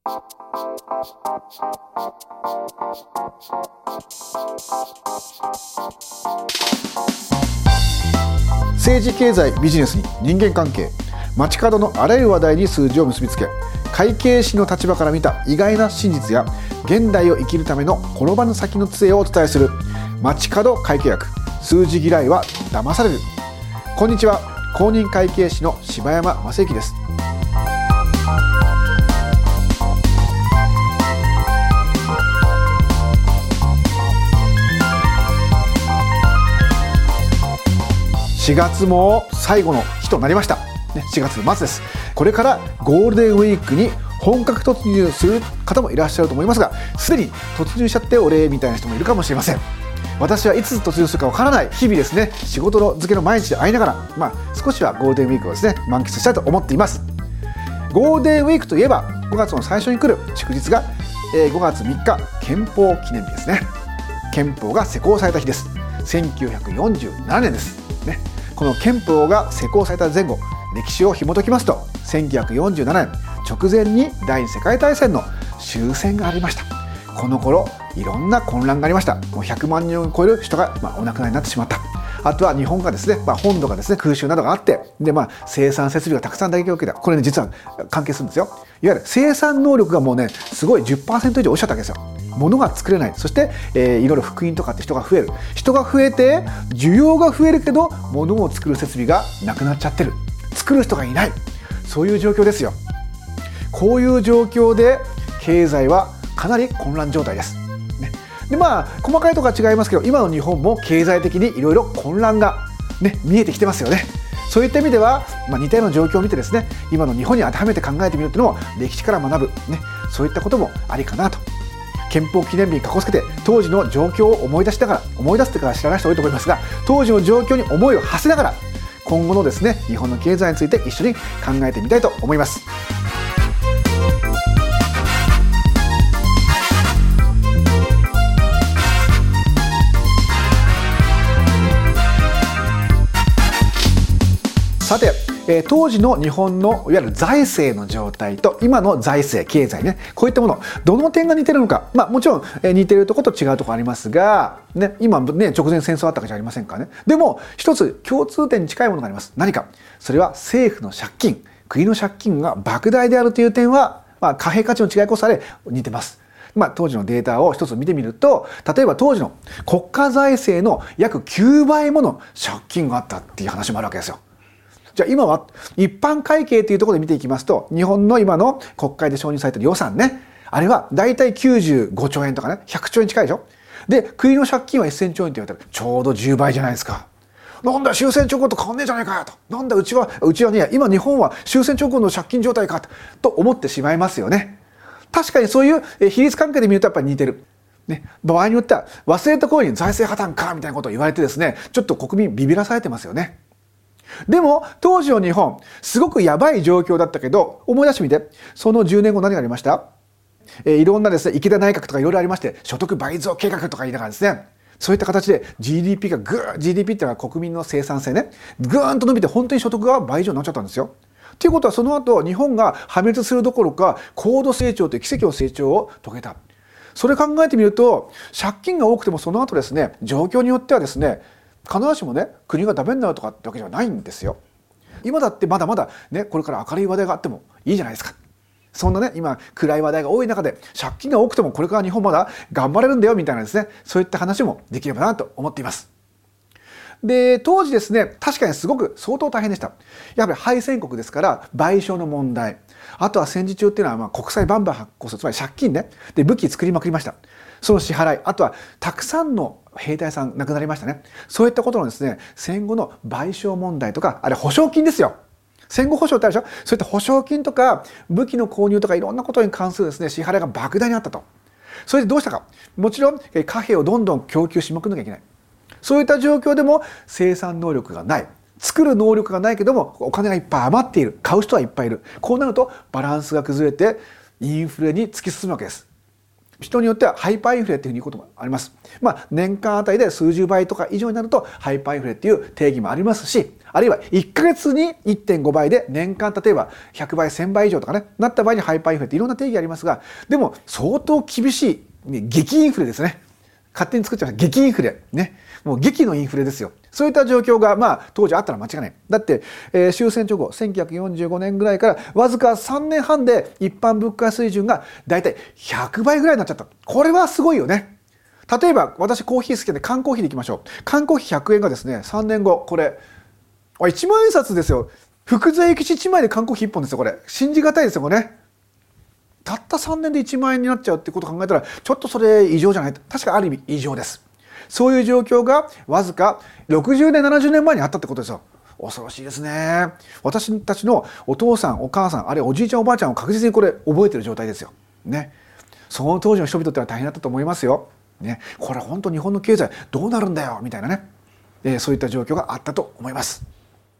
政治経済ビジネスに人間関係、街角のあらゆる話題に数字を結びつけ、会計士の立場から見た意外な真実や現代を生きるための転ばぬ先の杖をお伝えする街角会計学、数字嫌いは騙される。こんにちは、公認会計士の柴山正幸です。4月も最後の日となりました。4月末です。これからゴールデンウィークに本格突入する方もいらっしゃると思いますが、すでに突入しちゃってお礼みたいな人もいるかもしれません。私はいつ突入するかわからない日々ですね、仕事の漬けの毎日で会いながら、少しはゴールデンウィークをですね満喫したいと思っています。ゴールデンウィークといえば5月の最初に来る祝日が5月3日憲法記念日ですね。憲法が施行された日です。1947年ですね。この憲法が施行された前後、歴史を紐解きますと、1947年直前に第二次世界大戦の終戦がありました。この頃いろんな混乱がありました。もう100万人を超える人が、お亡くなりになってしまった。あとは日本がですね、本土がですね空襲などがあって、で生産設備がたくさん打撃を受けた。これね、実は関係するんですよ。いわゆる生産能力がもうねすごい 10% 以上落ちちゃったわけですよ。物が作れない。そして、いろいろ福音とかって人が増える。人が増えて需要が増えるけど物を作る設備がなくなっちゃってる。作る人がいない。そういう状況ですよ。こういう状況で経済はかなり混乱状態です。で細かいところは違いますけど、今の日本も経済的にいろいろ混乱が、見えてきてますよね。そういった意味では、似たような状況を見てですね、今の日本に当てはめて考えてみるというのも歴史から学ぶ、そういったこともありかなと。憲法記念日にかこつけて当時の状況を思い出してから知らない人多いと思いますが、当時の状況に思いを馳せながら今後のですね日本の経済について一緒に考えてみたいと思います。さて、当時の日本のいわゆる財政の状態と今の財政経済ね、こういったものどの点が似てるのか、もちろん似てるところと違うところありますが、今直前戦争あったわけじゃありませんからね。でも一つ共通点に近いものがあります。何か、それは政府の借金、国の借金が莫大であるという点は、貨幣価値の違いこそあれ似てます。当時のデータを一つ見てみると、例えば当時の国家財政の約9倍もの借金があったっていう話もあるわけですよ。じゃあ今は一般会計というところで見ていきますと、日本の今の国会で承認されている予算ね、あれはだいたい95兆円とかね、100兆円近いでしょ。で、国の借金は1000兆円って言われたらちょうど10倍じゃないですか。なんだ終戦直後と変わんねえじゃないかと。なんだうちはね、今日本は終戦直後の借金状態かと思ってしまいますよね。確かにそういう比率関係で見るとやっぱり似てる。場合によっては忘れた頃に財政破綻かみたいなことを言われてですね、ちょっと国民ビビらされてますよね。でも当時の日本すごくやばい状況だったけど、思い出してみて、その10年後何がありました？いろんなですね池田内閣とかいろいろありまして、所得倍増計画とか言いながらですね、そういった形で GDP がGDP っていうのは国民の生産性ね、ぐーんと伸びて本当に所得が倍以上になっちゃったんですよ。ということはその後日本が破滅するどころか高度成長という奇跡の成長を遂げた。それ考えてみると、借金が多くてもその後ですね、状況によってはですね、必ずしもね国がダメになるとかってわけじゃないんですよ。今だってまだまだね、これから明るい話題があってもいいじゃないですか。そんなね今暗い話題が多い中で借金が多くてもこれから日本まだ頑張れるんだよみたいなですね、そういった話もできればなと思っています。で、当時ですね、確かにすごく相当大変でした。やはり敗戦国ですから賠償の問題、あとは戦時中っていうのは国債バンバン発行する、つまり借金ね、で武器作りまくりました。その支払い、あとはたくさんの兵隊さん亡くなりましたね。そういったことのですね、戦後の賠償問題とか、あれ保証金ですよ。戦後保証ってあるでしょ。そういった保証金とか武器の購入とかいろんなことに関するですね、支払いが莫大にあったと。それでどうしたか。もちろん貨幣をどんどん供給しまくらなきゃいけない。そういった状況でも生産能力がない。作る能力がないけどもお金がいっぱい余っている。買う人はいっぱいいる。こうなるとバランスが崩れてインフレに突き進むわけです。人によってはハイパーインフレっていうこともあります。年間あたりで数十倍とか以上になるとハイパーインフレっていう定義もありますし、 あるいは1ヶ月に 1.5 倍で年間例えば100倍1000倍以上とかねなった場合にハイパーインフレっていろんな定義ありますが、でも相当厳しい、ね、激インフレですね。勝手に作っちゃう激インフレね、もう激のインフレですよ。そういった状況が当時あったら間違いない。だって、終戦直後1945年ぐらいからわずか3年半で一般物価水準がだいたい100倍ぐらいになっちゃった。これはすごいよね。例えば私コーヒー好きなんで缶コーヒーでいきましょう。缶コーヒー100円がですね3年後これ1万円札ですよ。福税益1枚で缶コーヒー1本ですよ。これ信じがたいですよね。たった3年で1万円になっちゃうってことを考えたらちょっとそれ異常じゃない。確かある意味異常です。そういう状況がわずか60年70年前にあったってことですよ。恐ろしいですね。私たちのお父さんお母さんあるいはおじいちゃんおばあちゃんを確実にこれ覚えてる状態ですよ。ね。その当時の人々ってのは大変だったと思いますよ。ね。これ本当日本の経済どうなるんだよみたいなね、そういった状況があったと思います。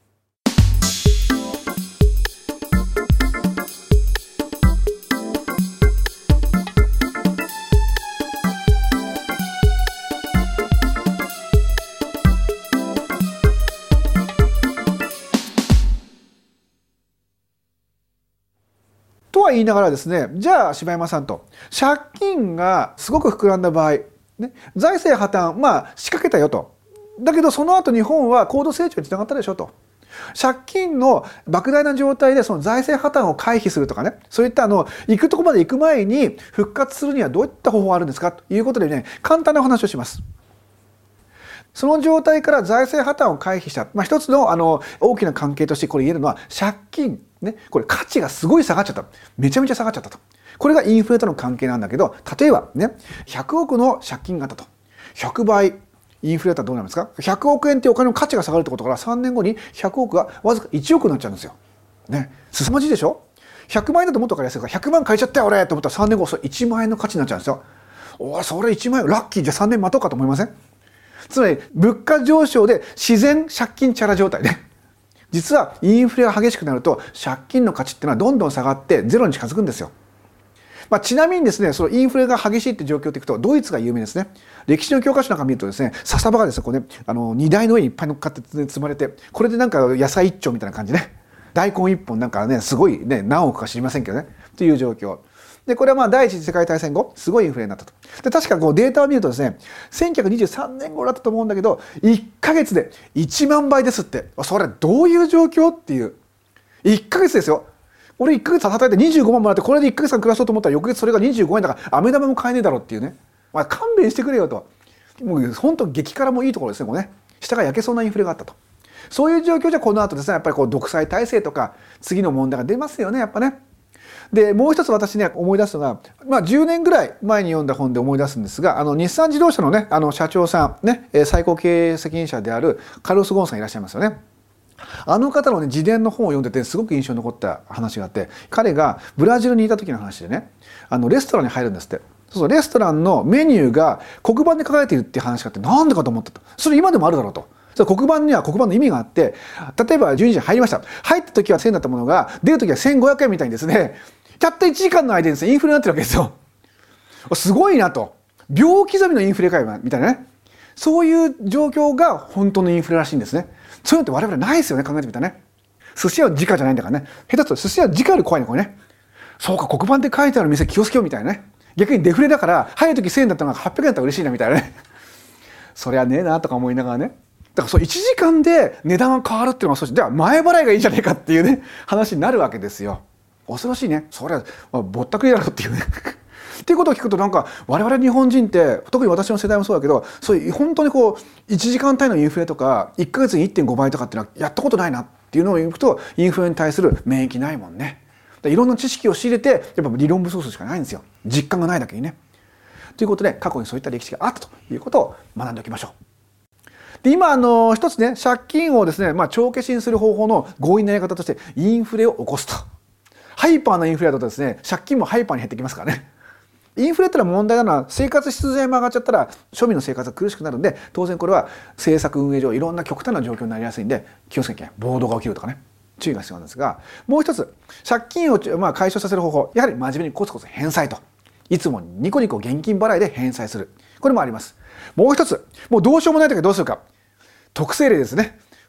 とは言いながらですね、じゃあ柴山さんと借金がすごく膨らんだ場合、ね、財政破綻仕掛けたよと。だけどその後日本は高度成長につながったでしょと。借金の莫大な状態でその財政破綻を回避するとかね、そういった行くとこまで行く前に復活するにはどういった方法があるんですかということでね、簡単なお話をします。その状態から財政破綻を回避した、一つの大きな関係としてこれ言えるのは借金ね、これ価値がすごい下がっちゃった。めちゃめちゃ下がっちゃったと。これがインフレとの関係なんだけど、例えばね、100億の借金があったと。100倍インフレだったらどうなりますか？ 100 億円ってお金の価値が下がるってことから3年後に100億がわずか1億になっちゃうんですよ。ね、凄まじいでしょ？ 100 万円だともっと分かりやすいから100万買えちゃったよ俺と思ったら3年後それ1万円の価値になっちゃうんですよ。おいそれ1万円ラッキーじゃあ3年待とうかと思いません？つまり物価上昇で自然借金チャラ状態ね。実はインフレが激しくなると借金の価値っていうのはどんどん下がってゼロに近づくんですよ。ちなみにですね、そのインフレが激しいって状況っていくとドイツが有名ですね。歴史の教科書なんか見るとですね、笹場がですね、こうね、荷台の上にいっぱい乗っかって積まれて、これでなんか野菜一丁みたいな感じね。大根一本なんかね、すごいね、何億か知りませんけどね、という状況。で、これは第一次世界大戦後、すごいインフレになったと。で、確かこうデータを見るとですね、1923年頃だったと思うんだけど、1ヶ月で1万倍ですって。それどういう状況っていう。1ヶ月ですよ。俺1ヶ月働いて25万もらってこれで1ヶ月間暮らそうと思ったら翌月それが25円だから飴玉も買えねえだろっていうね、勘弁してくれよと。もう本当激辛もいいところですね。こうね、下が焼けそうなインフレがあったと。そういう状況じゃこの後ですね、やっぱりこう独裁体制とか次の問題が出ますよね、やっぱね。でもう一つ私ね思い出すのが、10年ぐらい前に読んだ本で思い出すんですが、日産自動車のね社長さんね、最高経営責任者であるカルロス・ゴーンさんいらっしゃいますよね。あの方のね自伝の本を読んでてすごく印象に残った話があって、彼がブラジルにいた時の話でね、レストランに入るんですって。そうレストランのメニューが黒板で書かれているっていう話があって、なんでかと思ったと。それ今でもあるだろうと。黒板には黒板の意味があって、例えば12時に入りました。入った時は1000円だったものが出る時は1500円みたいにですね、たった1時間の間にですねインフレになってるわけですよ。すごいなと。秒刻みのインフレかよみたいなね。そういう状況が本当のインフレらしいんですね。そういうのって我々ないですよね、考えてみたらね。寿司は直じゃないんだからね。下手すると寿司は直より怖いね、これね。そうか、黒板で書いてある店気をつけようみたいなね。逆にデフレだから入る時1000円だったのが800円だったら嬉しいなみたいなね。そりゃねえなとか思いながらね。だからそう1時間で値段が変わるっていうのは、では前払いがいいんじゃないかっていうね話になるわけですよ。恐ろしいね。それはぼったくりだろっていうね。っていうことを聞くとなんか我々日本人って特に私の世代もそうだけど、そういう本当にこう1時間単位のインフレとか1ヶ月に 1.5 倍とかっていうのはやったことないなっていうのを言うと、インフレに対する免疫ないもんね。いろんな知識を仕入れてやっぱ理論武装するしかないんですよ。実感がないだけにね。ということで過去にそういった歴史があったということを学んでおきましょう。で今一つね借金をですね、帳消しにする方法の強引なやり方としてインフレを起こすと。ハイパーなインフレだとですね借金もハイパーに減ってきますからね。インフレってのは問題なのは生活必需品も上がっちゃったら庶民の生活が苦しくなるんで、当然これは政策運営上いろんな極端な状況になりやすいんで気をつけなきゃいけない。暴動が起きるとかね、注意が必要なんですが、もう一つ借金を解消させる方法、やはり真面目にコツコツ返済と、いつもニコニコ現金払いで返済する、これもあります。もう一つ、もうどうしようもない時はどうするか、特性例ですね。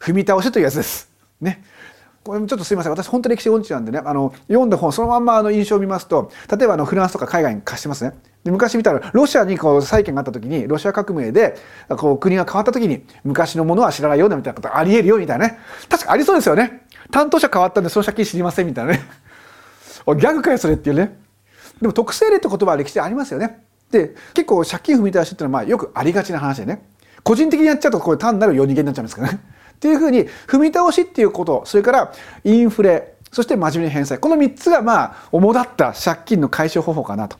踏み倒しというやつです。ね。これもちょっとすいません。私本当に歴史音痴なんでね、読んだ本そのまんま印象を見ますと、例えばフランスとか海外に貸してますね。で昔見たらロシアに債権があった時に、ロシア革命で国が変わった時に昔のものは知らないよみたいなことありえるよみたいなね。確かありそうですよね。担当者変わったんでその借金知りませんみたいなね。ギャグかよそれっていうね。でも徳政令って言葉は歴史でありますよね。で結構借金踏み倒しっていうのはよくありがちな話でね、個人的にやっちゃうとこれ単なる夜逃げになっちゃうんですからね。っていうふうに踏み倒しっていうこと、それからインフレ、そして真面目に返済、この3つが主だった借金の解消方法かなと。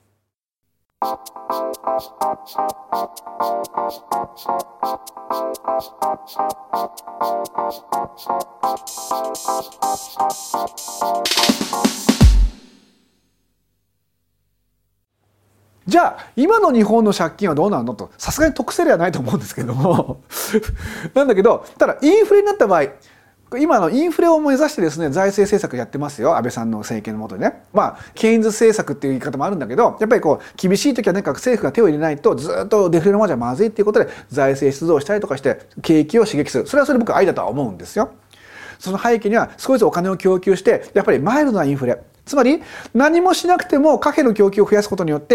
じゃあ今の日本の借金はどうなるのと、さすがに徳政令はないと思うんですけどもなんだけど、ただインフレになった場合、今のインフレを目指してですね、財政政策やってますよ、安倍さんの政権の下でね。ケインズ政策っていう言い方もあるんだけど、やっぱり厳しい時は何か政府が手を入れないとずっとデフレのままじゃまずいっていうことで財政出動したりとかして景気を刺激する。それはそれで僕愛だとは思うんですよ。その背景には少しずつお金を供給して、やっぱりマイルドなインフレ。つまり何もしなくても貨幣の供給を増やすことによって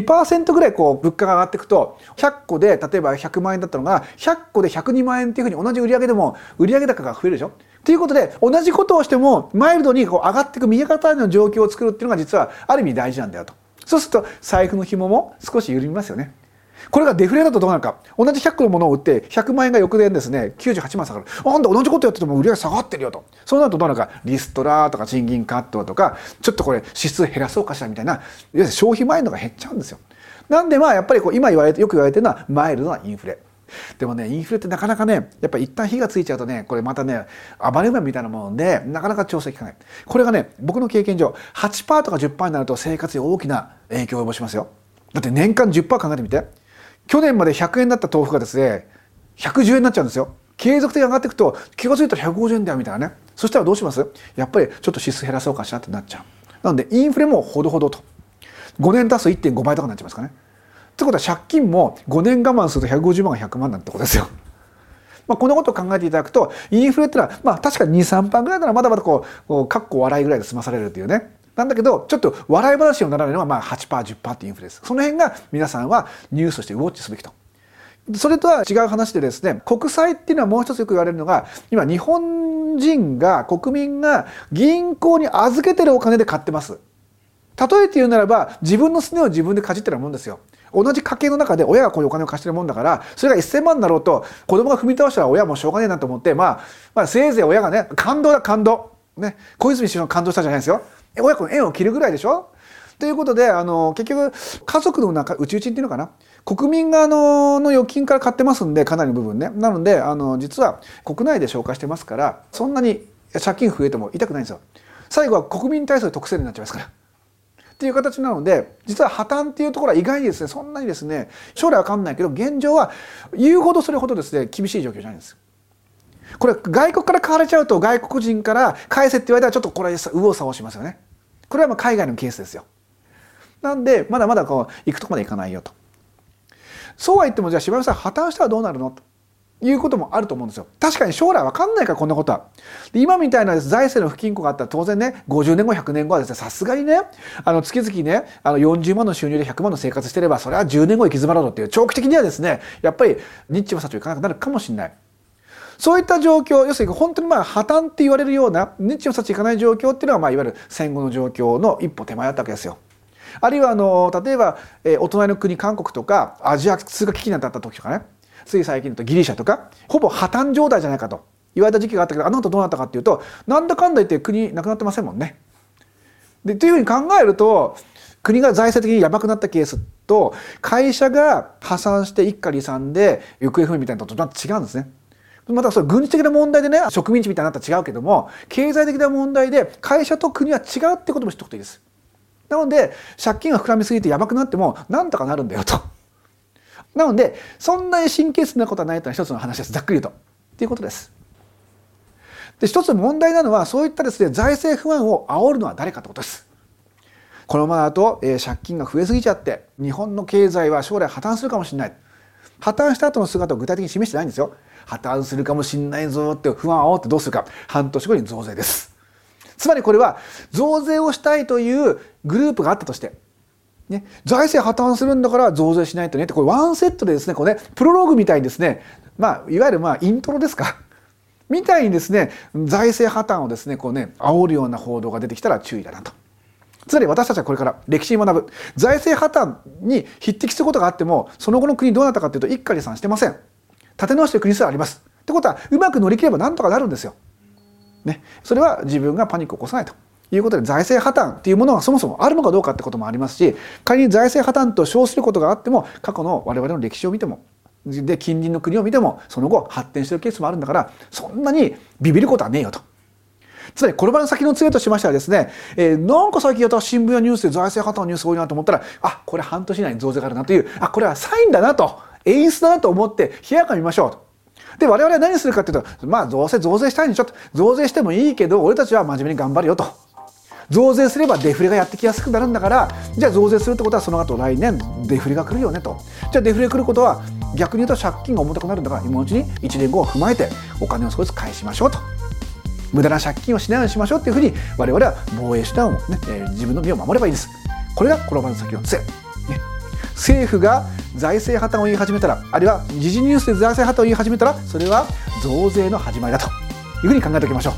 2% ぐらい物価が上がっていくと、100個で例えば100万円だったのが100個で102万円っていうふうに同じ売上でも売上高が増えるでしょ。ということで同じことをしてもマイルドに上がっていく右肩の状況を作るっていうのが実はある意味大事なんだよと。そうすると財布の紐も少し緩みますよね。これがデフレだとどうなるか。同じ100個のものを売って100万円が翌年ですね98万下がる。なんだ同じことやってても売り上げ下がってるよと。そうなるとどうなるか。リストラとか賃金カットとか、ちょっとこれ支出減らそうかしらみたいな、いわゆる消費マインドが減っちゃうんですよ。なんでやっぱり今よく言われてるのはマイルドなインフレ。でもね、インフレってなかなかね、やっぱり一旦火がついちゃうとね、これまたね、暴れ馬みたいなもので、なかなか調整効かない。これがね、僕の経験上、8% とか 10% になると生活に大きな影響を及ぼしますよ。だって年間 10% 考えてみて。去年まで100円だった豆腐がですね、110円になっちゃうんですよ。継続的に上がっていくと、気が付いたら150円だよみたいなね。そしたらどうします？やっぱりちょっと支出減らそうかしらってなっちゃう。なので、インフレもほどほどと。5年経つと 1.5 倍とかになっちゃいますかね。ってことは借金も5年我慢すると150万が100万なんてことですよ。こんなことを考えていただくと、インフレってのは、確かに 2、3% ぐらいならまだまだかっこ笑いぐらいで済まされるっていうね。なんだけど、ちょっと笑い話にならないのは8%、10% ってインフレです。その辺が皆さんはニュースとしてウォッチすべきと。それとは違う話でですね、国債っていうのはもう一つよく言われるのが、今日本人が、国民が銀行に預けてるお金で買ってます。例えて言うならば、自分のすねを自分でかじってるもんですよ。同じ家計の中で親がこういうお金を貸してるもんだから、それが1000万だろうと、子供が踏み倒したら親もしょうがねえなと思って、せいぜい親がね、感動だ感動。ね、小泉氏の感動したじゃないですよ。親子の縁を切るぐらいでしょ。ということで、結局、家族の中、内々っていうのかな。国民がの預金から買ってますんで、かなりの部分ね。なので、実は国内で消化してますから、そんなに借金増えても痛くないんですよ。最後は国民に対する特性になっちゃいますから。っていう形なので、実は破綻っていうところは意外にですね、そんなにですね、将来わかんないけど、現状は言うほどそれほどですね、厳しい状況じゃないんです。これ外国から買われちゃうと、外国人から返せって言われたらちょっとこれ右往左往しますよね。これは海外のケースですよ。なんでまだまだ行くとこまでいかないよと。そうは言っても、じゃあ柴山さん破綻したらどうなるのということもあると思うんですよ。確かに将来わかんないから、こんなことは。で今みたいな財政の不均衡があったら当然ね、50年後100年後はですね、さすがにね、月々ね40万の収入で100万の生活してれば、それは10年後行き詰まるぞっていう、長期的にはですね、やっぱりニッチもサッチもいかなくなるかもしれない。そういった状況、要するに本当に破綻って言われるようなニッチもサッチいかない状況っていうのは、いわゆる戦後の状況の一歩手前だったわけですよ。あるいは例えば、お隣の国韓国とかアジア通貨危機になった時とかね、つい最近だとギリシャとかほぼ破綻状態じゃないかと言われた時期があったけど、あの後どうなったかっていうと、なんだかんだ言って国なくなってませんもんね。でというふうに考えると、国が財政的にやばくなったケースと、会社が破産して一家離散で行方不明みたいなのとまた違うんですね。またそれ軍事的な問題でね、植民地みたいになったら違うけども、経済的な問題で会社と国は違うってことも知っておくといいです。なので借金が膨らみすぎてやばくなってもなんとかなるんだよと。なのでそんなに神経質なことはないというのは一つの話です。ざっくりとっていうことです。で一つ問題なのは、そういったですね、財政不安を煽るのは誰かってことです。このままだと、借金が増えすぎちゃって日本の経済は将来破綻するかもしれない。 破綻した後の姿を具体的に示してないんですよ。破綻するかもしんないぞって不安を煽ってどうするか、半年後に増税です。つまりこれは増税をしたいというグループがあったとして、ね、財政破綻するんだから増税しないとねって、これワンセットでですね、これねプロローグみたいにですね、いわゆるイントロですかみたいにですね、財政破綻をですね煽るような報道が出てきたら注意だなと。つまり私たちはこれから歴史に学ぶ、財政破綻に匹敵することがあってもその後の国どうなったかというと一家離散してません。立て直してる国すらあります。ってことはうまく乗り切ればなんとかなるんですよ。ね、それは自分がパニックを起こさないということで、財政破綻っていうものがそもそもあるのかどうかってこともありますし、仮に財政破綻と称することがあっても過去の我々の歴史を見てもで近隣の国を見てもその後発展しているケースもあるんだから、そんなにビビることはねえよと。つまり転ばぬ先の杖としましてはですね、なんか最近私新聞やニュースで財政破綻のニュース多いなと思ったら、これ半年以内に増税があるなという、これはサインだなと、演出だなと思って冷やか見ましょうと。で我々は何するかというと、どうせ増税したいんでしょと、増税してもいいけど俺たちは真面目に頑張るよと。増税すればデフレがやってきやすくなるんだから、じゃあ増税するってことはその後来年デフレが来るよねと。じゃあデフレ来ることは逆に言うと借金が重たくなるんだから、今のうちに1年後を踏まえてお金を少しずつ返しましょうと。無駄な借金をしないようにしましょうっていうふうに我々は防衛手段を自分の身を守ればいいです。これが転ばぬ先の杖。政府が財政破綻を言い始めたら、あるいは時事ニュースで財政破綻を言い始めたら、それは増税の始まりだというふうに考えておきましょう。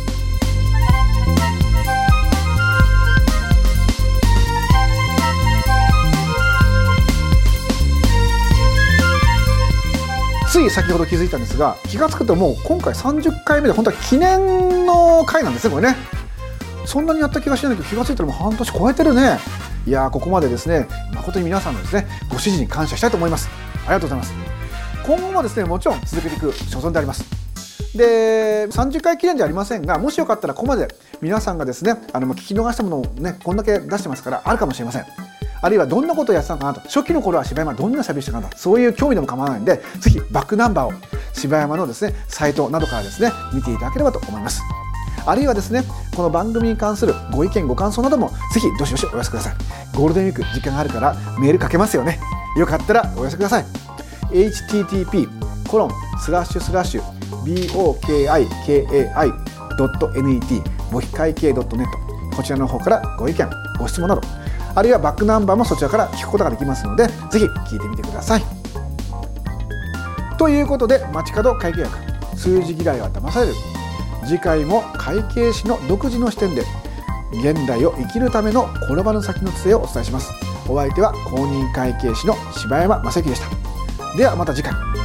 つい先ほど気づいたんですが、気が付くともう今回30回目で本当は記念の回なんですね、これね。そんなにやった気がしないけど、気が付いたらもう半年超えてるね。いやー、ここまでですね、誠に皆さんのですねご支持に感謝したいと思います。ありがとうございます。今後もですね、もちろん続けていく所存であります。で、30回記念ではありませんが、もしよかったらここまで皆さんがですね聞き逃したものをねこんだけ出してますから、あるかもしれません。あるいはどんなことをやってたのかなと、初期の頃は柴山どんな旅してたのかな、そういう興味でも構わないので、ぜひバックナンバーを柴山のですねサイトなどからですね見ていただければと思います。あるいはですね、この番組に関するご意見ご感想などもぜひどしどしお寄せください。ゴールデンウィーク時間があるからメールかけますよね。よかったらお寄せください。http://bokikai.net 簿記会計 .net こちらの方からご意見ご質問など、あるいはバックナンバーもそちらから聞くことができますので、ぜひ聞いてみてください。ということで、街角会計学、数字嫌いは騙される。次回も会計士の独自の視点で現代を生きるための転ばぬ先の杖をお伝えします。お相手は公認会計士の柴山正幸でした。ではまた次回。